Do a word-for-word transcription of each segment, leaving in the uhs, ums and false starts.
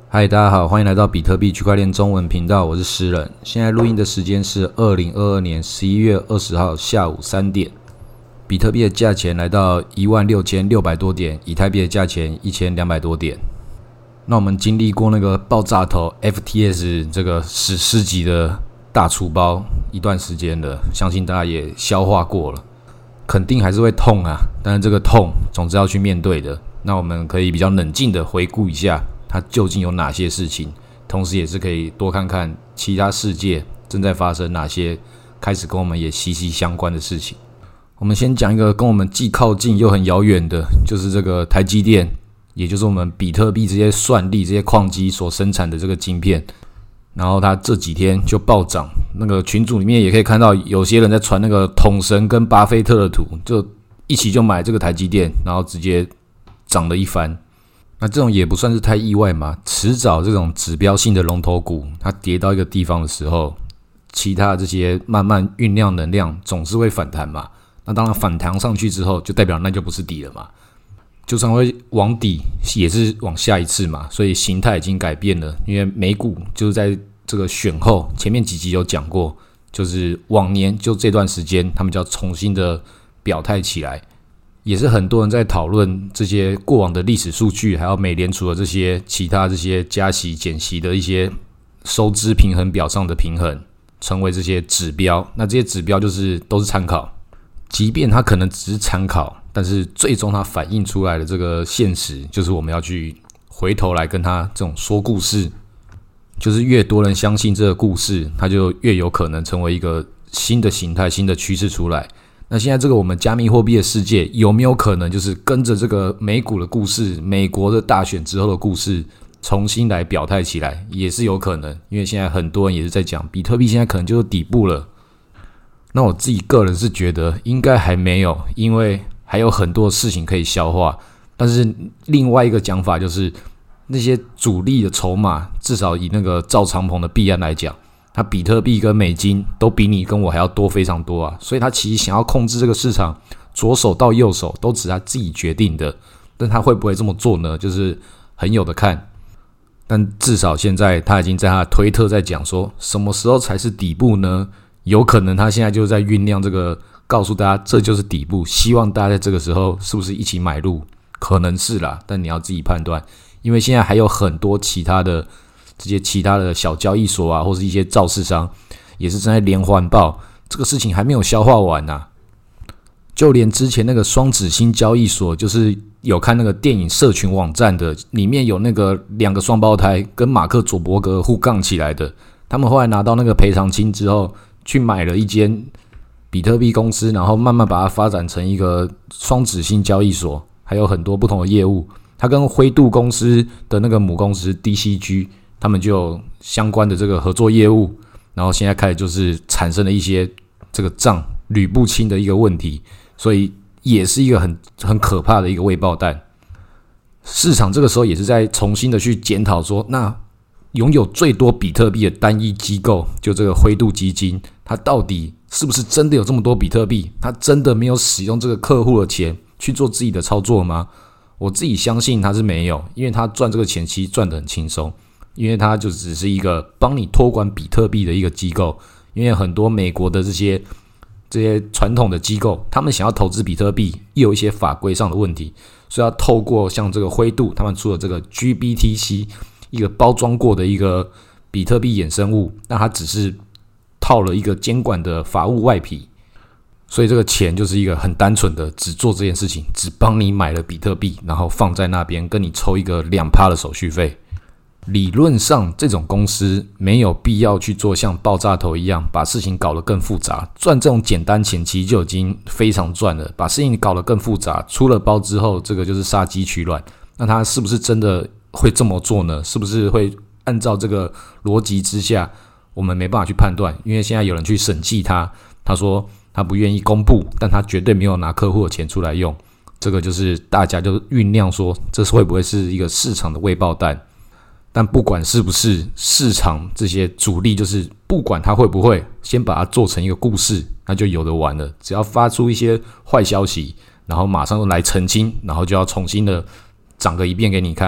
嗨，大家好，欢迎来到比特币区块链中文频道，我是诗人。现在录音的时间是二零二二年十一月二十号下午三点。比特币的价钱来到一万六千六百多点，以太币的价钱一千两百多点。那我们经历过那个爆炸头 F T S 这个史诗级的大出包一段时间了，相信大家也消化过了，肯定还是会痛啊，但是这个痛总之要去面对的。那我们可以比较冷静的回顾一下它究竟有哪些事情，同时也是可以多看看其他世界正在发生哪些开始跟我们也息息相关的事情。我们先讲一个跟我们既靠近又很遥远的，就是这个台积电，也就是我们比特币这些算力这些矿机所生产的这个晶片，然后它这几天就暴涨，那个群组里面也可以看到有些人在传那个统神跟巴菲特的图，就一起就买这个台积电，然后直接涨了一番。那这种也不算是太意外嘛，迟早这种指标性的龙头股它跌到一个地方的时候，其他的这些慢慢酝酿能量总是会反弹嘛。那当然反弹上去之后就代表那就不是底了嘛，就算会往底也是往下一次嘛，所以形态已经改变了。因为美股就是在这个选后前面几集有讲过，就是往年就这段时间他们就要重新的表态起来，也是很多人在讨论这些过往的历史数据，还有美联储的这些其他这些加息减息的一些收支平衡表上的平衡成为这些指标。那这些指标就是都是参考，即便它可能只是参考，但是最终它反映出来的这个现实就是我们要去回头来跟它这种说故事，就是越多人相信这个故事，它就越有可能成为一个新的形态新的趋势出来。那现在这个我们加密货币的世界有没有可能就是跟着这个美股的故事，美国的大选之后的故事重新来表态起来，也是有可能。因为现在很多人也是在讲比特币现在可能就是底部了，那我自己个人是觉得应该还没有，因为还有很多事情可以消化。但是另外一个讲法就是那些主力的筹码，至少以那个赵长鹏的币安来讲，他比特币跟美金都比你跟我还要多非常多啊，所以他其实想要控制这个市场，左手到右手都只是他自己决定的。但他会不会这么做呢？就是很有的看。但至少现在他已经在他的推特在讲说，什么时候才是底部呢？有可能他现在就在酝酿这个，告诉大家这就是底部，希望大家在这个时候是不是一起买入？可能是啦，但你要自己判断，因为现在还有很多其他的这些其他的小交易所啊，或是一些造市商也是正在连环爆，这个事情还没有消化完啊。就连之前那个双子星交易所，就是有看那个电影社群网站的，里面有那个两个双胞胎跟马克佐伯格互杠起来的，他们后来拿到那个赔偿金之后，去买了一间比特币公司，然后慢慢把它发展成一个双子星交易所，还有很多不同的业务。它跟灰度公司的那个母公司 D C G， 他们就有相关的这个合作业务，然后现在开始就是产生了一些这个账捋不清的一个问题，所以也是一个很很可怕的一个未爆弹。市场这个时候也是在重新的去检讨说，那拥有最多比特币的单一机构，就这个灰度基金，它到底是不是真的有这么多比特币？它真的没有使用这个客户的钱去做自己的操作吗？我自己相信它是没有，因为它赚这个钱其实赚得很轻松，因为它就只是一个帮你托管比特币的一个机构。因为很多美国的这些这些传统的机构，他们想要投资比特币，也有一些法规上的问题，所以要透过像这个灰度他们出的这个 G B T C， 一个包装过的一个比特币衍生物，那它只是套了一个监管的法务外皮，所以这个钱就是一个很单纯的只做这件事情，只帮你买了比特币，然后放在那边跟你抽一个 百分之二 的手续费。理论上这种公司没有必要去做像爆炸头一样把事情搞得更复杂，赚这种简单钱其实就已经非常赚了，把事情搞得更复杂，出了包之后这个就是杀鸡取卵。那他是不是真的会这么做呢？是不是会按照这个逻辑之下，我们没办法去判断。因为现在有人去审计他，他说他不愿意公布，但他绝对没有拿客户的钱出来用，这个就是大家就酝酿说这会不会是一个市场的未爆弹。但不管是不是，市场这些主力就是不管它会不会，先把它做成一个故事，那就有的玩了。只要发出一些坏消息，然后马上来澄清，然后就要重新的讲个一遍给你看，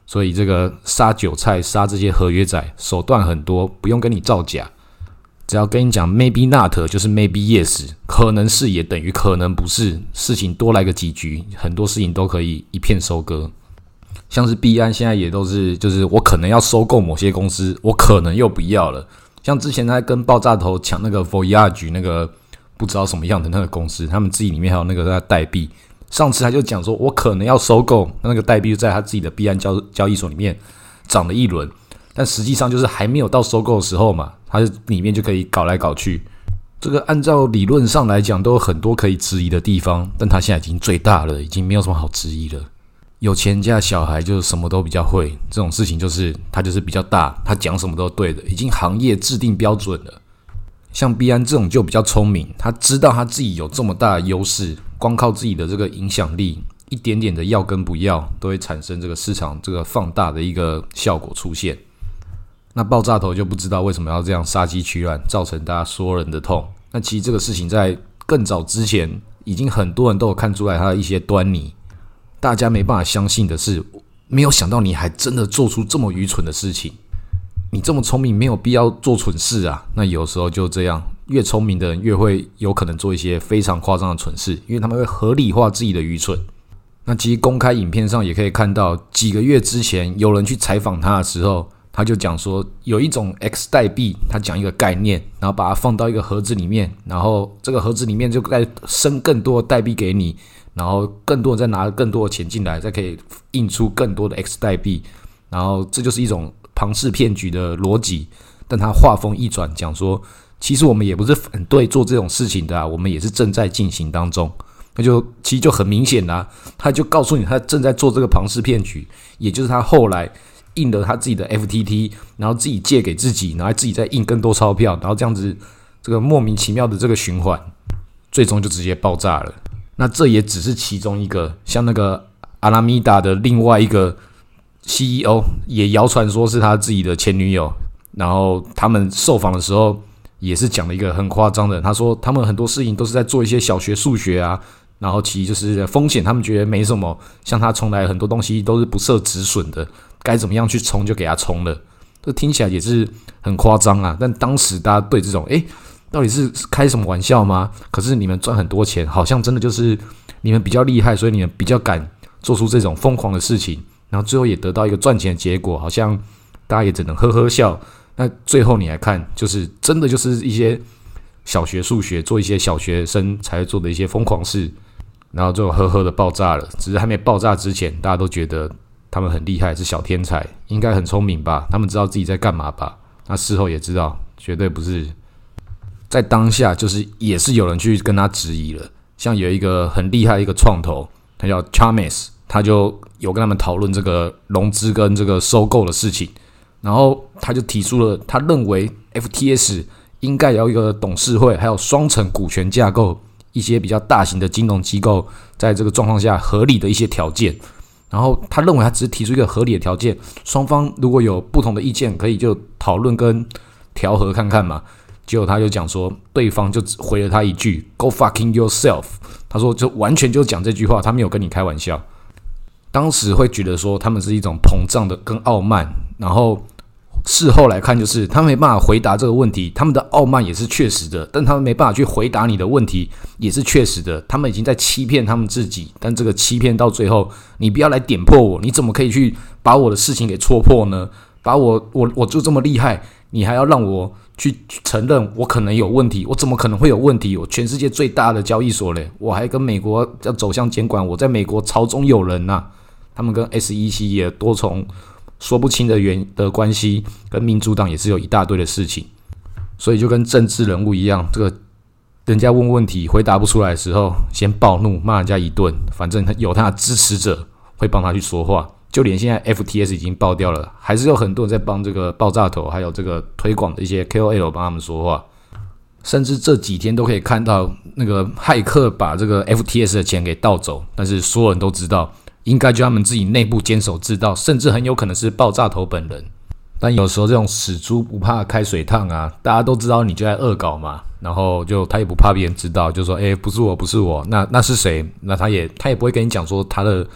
所以这个杀韭菜、杀这些合约仔手段很多，不用跟你造假，只要跟你讲 maybe not 就是 maybe yes， 可能是也等于可能不是，事情多来个几局，很多事情都可以一片收割。像是币安现在也都是，就是我可能要收购某些公司，我可能又不要了。像之前他跟爆炸头抢那个 Voyage 那个不知道什么样的那个公司，他们自己里面还有那个代币。上次他就讲说，我可能要收购那个代币，就在他自己的币安交交易所里面涨了一轮，但实际上就是还没有到收购的时候嘛，他里面就可以搞来搞去。这个按照理论上来讲，都有很多可以质疑的地方，但他现在已经最大了，已经没有什么好质疑了。有钱家小孩就是什么都比较会，这种事情就是他就是比较大，他讲什么都对的，已经行业制定标准了。像币安这种就比较聪明，他知道他自己有这么大的优势，光靠自己的这个影响力，一点点的要跟不要，都会产生这个市场这个放大的一个效果出现。那爆炸头就不知道为什么要这样杀鸡取卵，造成大家所有人的痛。那其实这个事情在更早之前，已经很多人都有看出来它的一些端倪。大家没办法相信的是，没有想到你还真的做出这么愚蠢的事情。你这么聪明，没有必要做蠢事啊。那有时候就这样，越聪明的人越会有可能做一些非常夸张的蠢事，因为他们会合理化自己的愚蠢。那其实公开影片上也可以看到，几个月之前有人去采访他的时候，他就讲说有一种 X 代币，他讲一个概念，然后把它放到一个盒子里面，然后这个盒子里面就再生更多的代币给你，然后更多人再拿更多的钱进来，再可以印出更多的 X 代币，然后这就是一种庞氏骗局的逻辑。但他话锋一转讲说，其实我们也不是反对做这种事情的啊，我们也是正在进行当中。那就其实就很明显啦、啊，他就告诉你他正在做这个庞氏骗局，也就是他后来印了他自己的 F T T， 然后自己借给自己，然后自己再印更多钞票，然后这样子这个莫名其妙的这个循环，最终就直接爆炸了。那这也只是其中一个，像那个阿拉米达的另外一个 C E O 也谣传说是他自己的前女友，然后他们受访的时候也是讲了一个很夸张的，他说他们很多事情都是在做一些小学数学啊，然后其实就是风险他们觉得没什么，像他从来很多东西都是不设止损的，该怎么样去冲就给他冲了，这听起来也是很夸张啊。但当时大家对这种诶到底是开什么玩笑吗？可是你们赚很多钱，好像真的就是你们比较厉害，所以你们比较敢做出这种疯狂的事情，然后最后也得到一个赚钱的结果，好像大家也只能呵呵笑。那最后你来看，就是真的就是一些小学数学，做一些小学生才会做的一些疯狂事，然后就呵呵的爆炸了。只是还没爆炸之前，大家都觉得他们很厉害，是小天才，应该很聪明吧？他们知道自己在干嘛吧？那事后也知道，绝对不是。在当下，就是也是有人去跟他质疑了。像有一个很厉害的一个创投，他叫 Chames， 他就有跟他们讨论这个融资跟这个收购的事情。然后他就提出了，他认为 F T S 应该有一个董事会，还有双层股权架构，一些比较大型的金融机构在这个状况下合理的一些条件。然后他认为他只是提出一个合理的条件，双方如果有不同的意见，可以就讨论跟调和看看嘛。结果他就讲说，对方就只回了他一句 "Go fucking yourself"， 他说就完全就讲这句话，他没有跟你开玩笑。当时会觉得说他们是一种膨胀的跟傲慢，然后事后来看，就是他们没办法回答这个问题，他们的傲慢也是确实的，但他们没办法去回答你的问题也是确实的，他们已经在欺骗他们自己，但这个欺骗到最后，你不要来点破我，你怎么可以去把我的事情给戳破呢？把我我我就这么厉害，你还要让我去承认我可能有问题？我怎么可能会有问题？我全世界最大的交易所嘞，我还跟美国要走向监管，我在美国朝中有人呐、啊，他们跟 S E C 也多重说不清的原的关系，跟民主党也是有一大堆的事情，所以就跟政治人物一样，这个人家问问题回答不出来的时候，先暴怒骂人家一顿，反正有他的支持者会帮他去说话。就连现在 F T S 已经爆掉了，还是有很多人在帮这个爆炸头还有这个推广的一些 K O L 帮他们说话，甚至这几天都可以看到那个骇客把这个 F T S 的钱给盗走，但是所有人都知道应该就他们自己内部坚守自盗，甚至很有可能是爆炸头本人。但有时候这种死猪不怕开水烫啊，大家都知道你就在恶搞嘛，然后就他也不怕别人知道，就说诶不是我不是我，那那是谁？那他也他也不会跟你讲说他的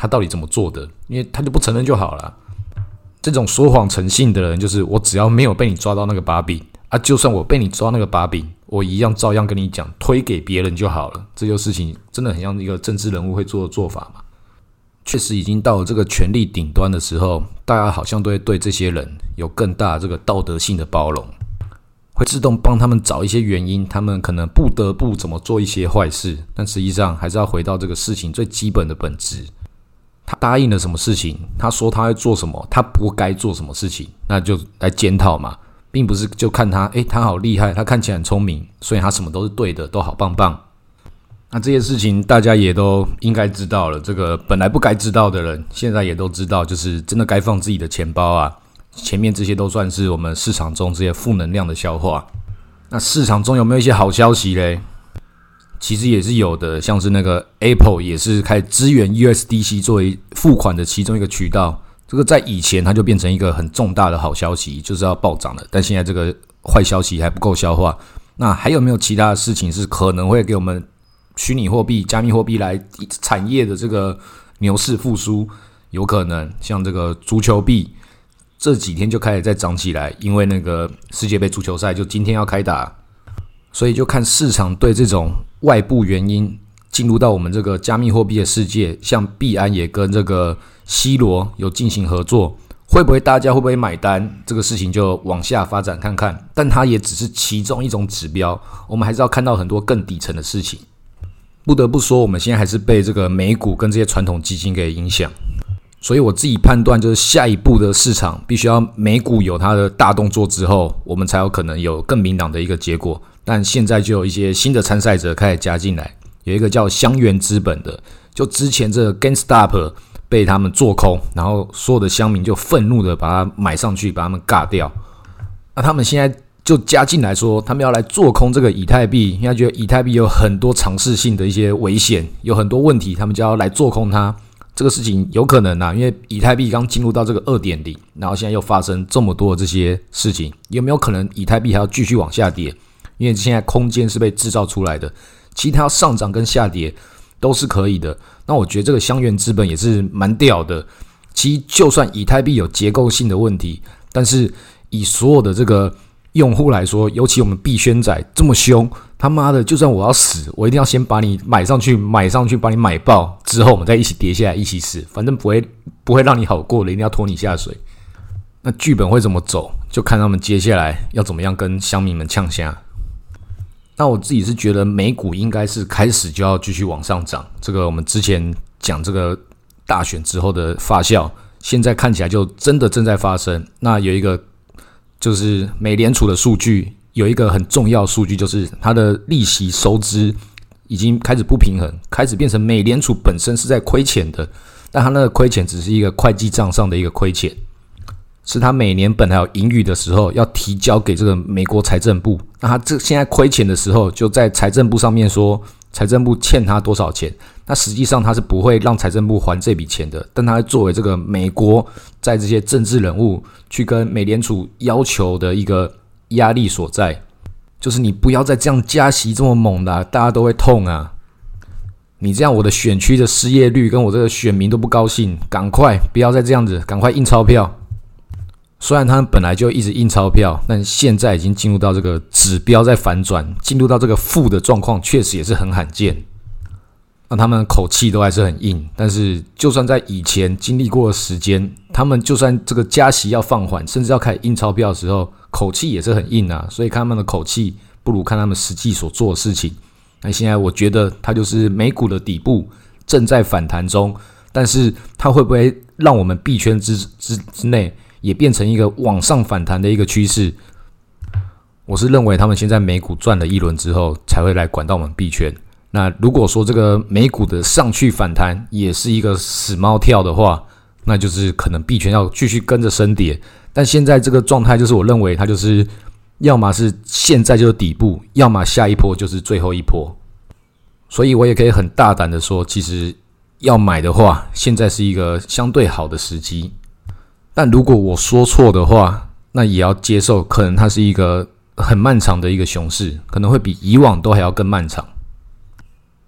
他到底怎么做的，因为他就不承认就好了。这种说谎成性的人，就是我只要没有被你抓到那个把柄啊，就算我被你抓那个把柄，我一样照样跟你讲，推给别人就好了。这就事情真的很像一个政治人物会做的做法嘛。确实已经到了这个权力顶端的时候，大家好像都会对这些人有更大的这个道德性的包容，会自动帮他们找一些原因，他们可能不得不怎么做一些坏事，但实际上还是要回到这个事情最基本的本质。他答应了什么事情，他说他会做什么，他不该做什么事情，那就来检讨嘛，并不是就看他，诶，他好厉害，他看起来很聪明，所以他什么都是对的，都好棒棒。那这些事情大家也都应该知道了，这个本来不该知道的人，现在也都知道，就是真的该放自己的钱包啊。前面这些都算是我们市场中这些负能量的消化。那市场中有没有一些好消息嘞？其实也是有的，像是那个 Apple 也是开始支援 U S D C 作为付款的其中一个渠道。这个在以前它就变成一个很重大的好消息，就是要暴涨了。但现在这个坏消息还不够消化。那还有没有其他的事情是可能会给我们虚拟货币、加密货币来产业的这个牛市复苏？有可能，像这个足球币这几天就开始在涨起来，因为那个世界杯足球赛就今天要开打，所以就看市场对这种外部原因进入到我们这个加密货币的世界，像币安也跟这个 C 罗有进行合作，会不会大家会不会买单？这个事情就往下发展看看，但它也只是其中一种指标，我们还是要看到很多更底层的事情。不得不说，我们现在还是被这个美股跟这些传统基金给影响，所以我自己判断就是下一步的市场必须要美股有它的大动作之后，我们才有可能有更明朗的一个结果。但现在就有一些新的参赛者开始加进来，有一个叫香源资本的，就之前这个 GameStop 被他们做空，然后所有的乡民就愤怒的把它买上去，把他们尬掉。那他们现在就加进来说，他们要来做空这个以太币，因为他觉得以太币有很多尝试性的一些危险，有很多问题，他们就要来做空它。这个事情有可能啊，因为以太币刚进入到这个 二点零， 然后现在又发生这么多的这些事情，有没有可能以太币还要继续往下跌？因为现在空间是被制造出来的，其他上涨跟下跌都是可以的。那我觉得这个香源资本也是蛮屌的。其实就算以太币有结构性的问题，但是以所有的这个用户来说，尤其我们币圈仔这么凶，他妈的，就算我要死，我一定要先把你买上去，买上去，把你买爆，之后我们再一起跌下来，一起死，反正不会不会让你好过的，一定要拖你下水。那剧本会怎么走，就看他们接下来要怎么样跟乡民们呛下。那我自己是觉得美股应该是开始就要继续往上涨，这个我们之前讲这个大选之后的发酵，现在看起来就真的正在发生。那有一个就是美联储的数据，有一个很重要的数据，就是它的利息收支已经开始不平衡，开始变成美联储本身是在亏钱的，但它那个亏钱只是一个会计账上的一个亏钱，是他每年本来有盈余的时候要提交给这个美国财政部，那他这现在亏钱的时候就在财政部上面说财政部欠他多少钱，那实际上他是不会让财政部还这笔钱的，但他作为这个美国在这些政治人物去跟美联储要求的一个压力所在，就是你不要再这样加息这么猛的、啊、大家都会痛啊，你这样我的选区的失业率跟我这个选民都不高兴，赶快不要再这样子，赶快印钞票。虽然他们本来就一直印钞票，但现在已经进入到这个指标在反转，进入到这个负的状况，确实也是很罕见。那他们口气都还是很硬，但是就算在以前经历过的时间，他们就算这个加息要放缓，甚至要开始印钞票的时候，口气也是很硬啊。所以看他们的口气，不如看他们实际所做的事情。那现在我觉得它就是美股的底部，正在反弹中，但是它会不会让我们币圈之之之内也变成一个往上反弹的一个趋势？我是认为他们先在美股赚了一轮之后，才会来管到我们币圈。那如果说这个美股的上去反弹也是一个死猫跳的话，那就是可能币圈要继续跟着升跌。但现在这个状态就是我认为它就是要么是现在就是底部，要么下一波就是最后一波。所以我也可以很大胆的说，其实要买的话，现在是一个相对好的时机。但如果我说错的话，那也要接受，可能它是一个很漫长的一个熊市，可能会比以往都还要更漫长。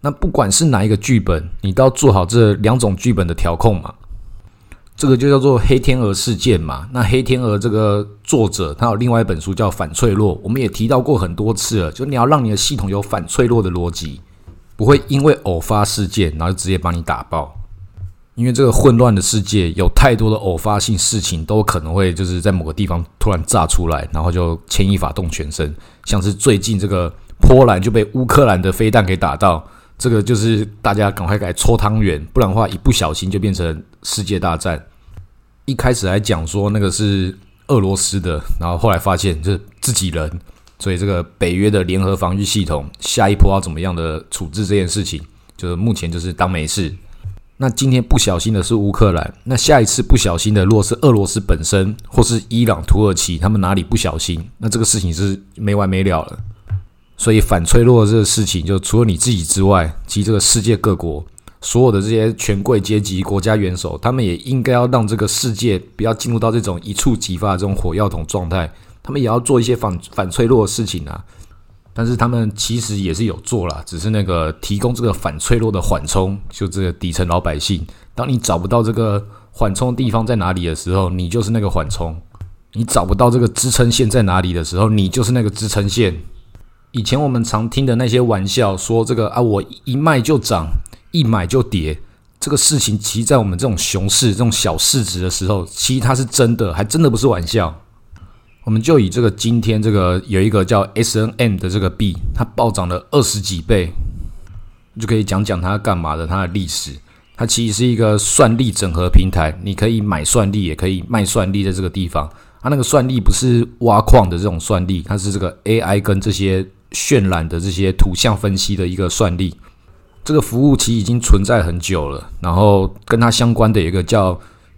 那不管是哪一个剧本，你都要做好这两种剧本的调控嘛。这个就叫做黑天鹅事件嘛。那黑天鹅这个作者他有另外一本书叫反脆弱，我们也提到过很多次了，就你要让你的系统有反脆弱的逻辑，不会因为偶发事件然后就直接把你打爆。因为这个混乱的世界有太多的偶发性事情都可能会就是在某个地方突然炸出来，然后就牵一发动全身。像是最近这个波兰就被乌克兰的飞弹给打到，这个就是大家赶快来搓汤圆，不然的话一不小心就变成世界大战。一开始还讲说那个是俄罗斯的，然后后来发现就是自己人，所以这个北约的联合防御系统下一波要怎么样的处置这件事情，就是目前就是当没事。那今天不小心的是乌克兰，那下一次不小心的如果是俄罗斯本身或是伊朗、土耳其，他们哪里不小心，那这个事情是没完没了了。所以反脆弱的这个事情，就除了你自己之外，其实这个世界各国所有的这些权贵阶级、国家元首，他们也应该要让这个世界不要进入到这种一触即发的这种火药桶状态，他们也要做一些反反脆弱的事情啊。但是他们其实也是有做啦，只是那个提供这个反脆弱的缓冲，就这个底层老百姓，当你找不到这个缓冲的地方在哪里的时候，你就是那个缓冲；你找不到这个支撑线在哪里的时候，你就是那个支撑线。以前我们常听的那些玩笑，说这个啊，我一卖就涨，一买就跌，这个事情其实在我们这种熊市、这种小市值的时候，其实它是真的，还真的不是玩笑。我们就以这个今天这个有一个叫 S N M 的这个币，它暴涨了二十几倍，就可以讲讲它干嘛的，它的历史。它其实是一个算力整合平台，你可以买算力，也可以卖算力，在这个地方。它那个算力不是挖矿的这种算力，它是这个 A I 跟这些渲染的这些图像分析的一个算力。这个服务其实已经存在很久了，然后跟它相关的有一个叫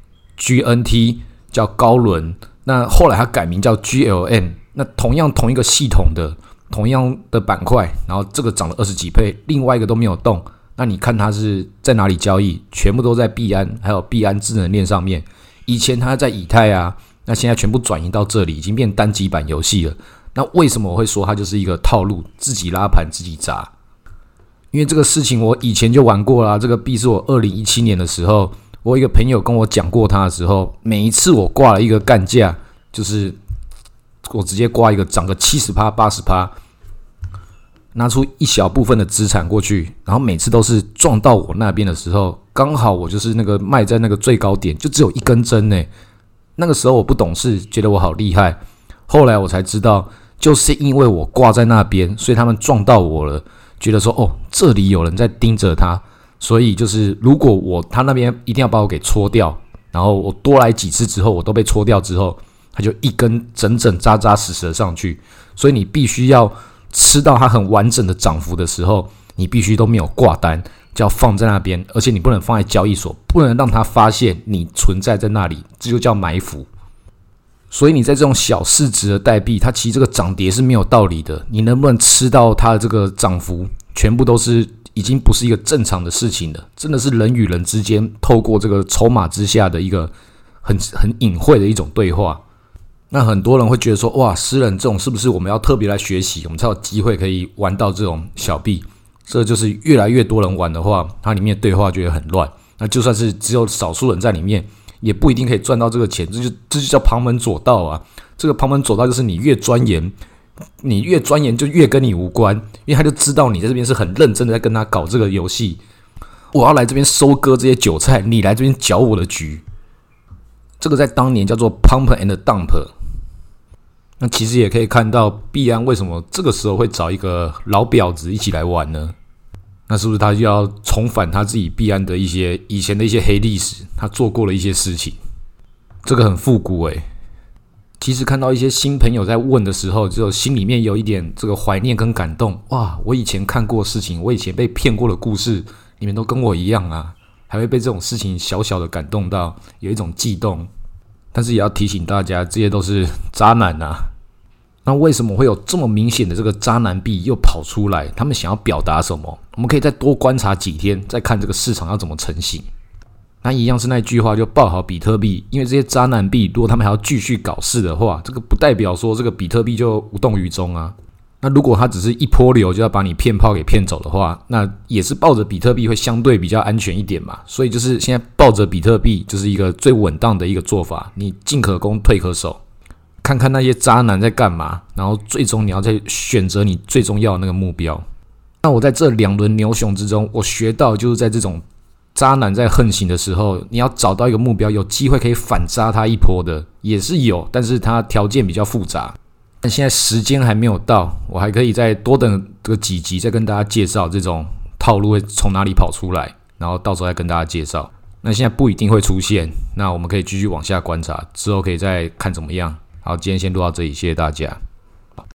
G N T， 叫高伦。那后来它改名叫 G L M， 那同样同一个系统的同样的板块，然后这个涨了二十几倍，另外一个都没有动。那你看它是在哪里交易？全部都在币安还有币安智能链上面。以前它在以太啊，那现在全部转移到这里，已经变单机版游戏了。那为什么我会说它就是一个套路，自己拉盘自己砸？因为这个事情我以前就玩过啦，这个币是我二零一七年的时候。我一个朋友跟我讲过他的时候，每一次我挂了一个干价，就是我直接挂一个涨个 百分之七十、百分之八十， 拿出一小部分的资产过去，然后每次都是撞到我那边的时候，刚好我就是那个卖在那个最高点，就只有一根针耶。那个时候我不懂事，觉得我好厉害，后来我才知道，就是因为我挂在那边，所以他们撞到我了，觉得说哦，这里有人在盯着他。所以就是如果我他那边一定要把我给戳掉，然后我多来几次之后我都被戳掉之后，他就一根整整扎扎实实的上去。所以你必须要吃到它很完整的涨幅的时候，你必须都没有挂单，就要放在那边，而且你不能放在交易所，不能让他发现你存在在那里，这就叫埋伏。所以你在这种小市值的代币，它其实这个涨跌是没有道理的，你能不能吃到它的这个涨幅，全部都是已经不是一个正常的事情了，真的是人与人之间透过这个筹码之下的一个很很隐晦的一种对话。那很多人会觉得说，哇，诗人这种是不是我们要特别来学习，我们才有机会可以玩到这种小币？这就是越来越多人玩的话，它里面的对话就会很乱。那就算是只有少数人在里面，也不一定可以赚到这个钱，这就这就叫旁门左道啊！这个旁门左道就是你越钻研。你越钻研就越跟你无关，因为他就知道你在这边是很认真的在跟他搞这个游戏。我要来这边收割这些韭菜，你来这边搅我的局。这个在当年叫做 pump and dump。那其实也可以看到币安为什么这个时候会找一个老婊子一起来玩呢？那是不是他就要重返他自己币安的一些以前的一些黑历史，他做过的一些事情？这个很复古诶、欸。其实看到一些新朋友在问的时候，就心里面有一点这个怀念跟感动。哇，我以前看过的事情，我以前被骗过的故事，你们都跟我一样啊，还会被这种事情小小的感动到，有一种悸动。但是也要提醒大家，这些都是渣男啊。那为什么会有这么明显的这个渣男币又跑出来？他们想要表达什么？我们可以再多观察几天，再看这个市场要怎么成型。那一样是那句话，就抱好比特币，因为这些渣男币，如果他们还要继续搞事的话，这个不代表说这个比特币就无动于衷啊。 那如果他只是一波流就要把你骗炮给骗走的话，那也是抱着比特币会相对比较安全一点嘛。所以就是现在抱着比特币就是一个最稳当的一个做法，你进可攻退可守，看看那些渣男在干嘛，然后最终你要再选择你最重要的那个目标。那我在这两轮牛熊之中，我学到就是在这种渣男在横行的时候，你要找到一个目标，有机会可以反渣他一波的也是有，但是它条件比较复杂。但现在时间还没有到，我还可以再多等个几集，再跟大家介绍这种套路会从哪里跑出来，然后到时候再跟大家介绍。那现在不一定会出现，那我们可以继续往下观察，之后可以再看怎么样。好，今天先录到这里，谢谢大家。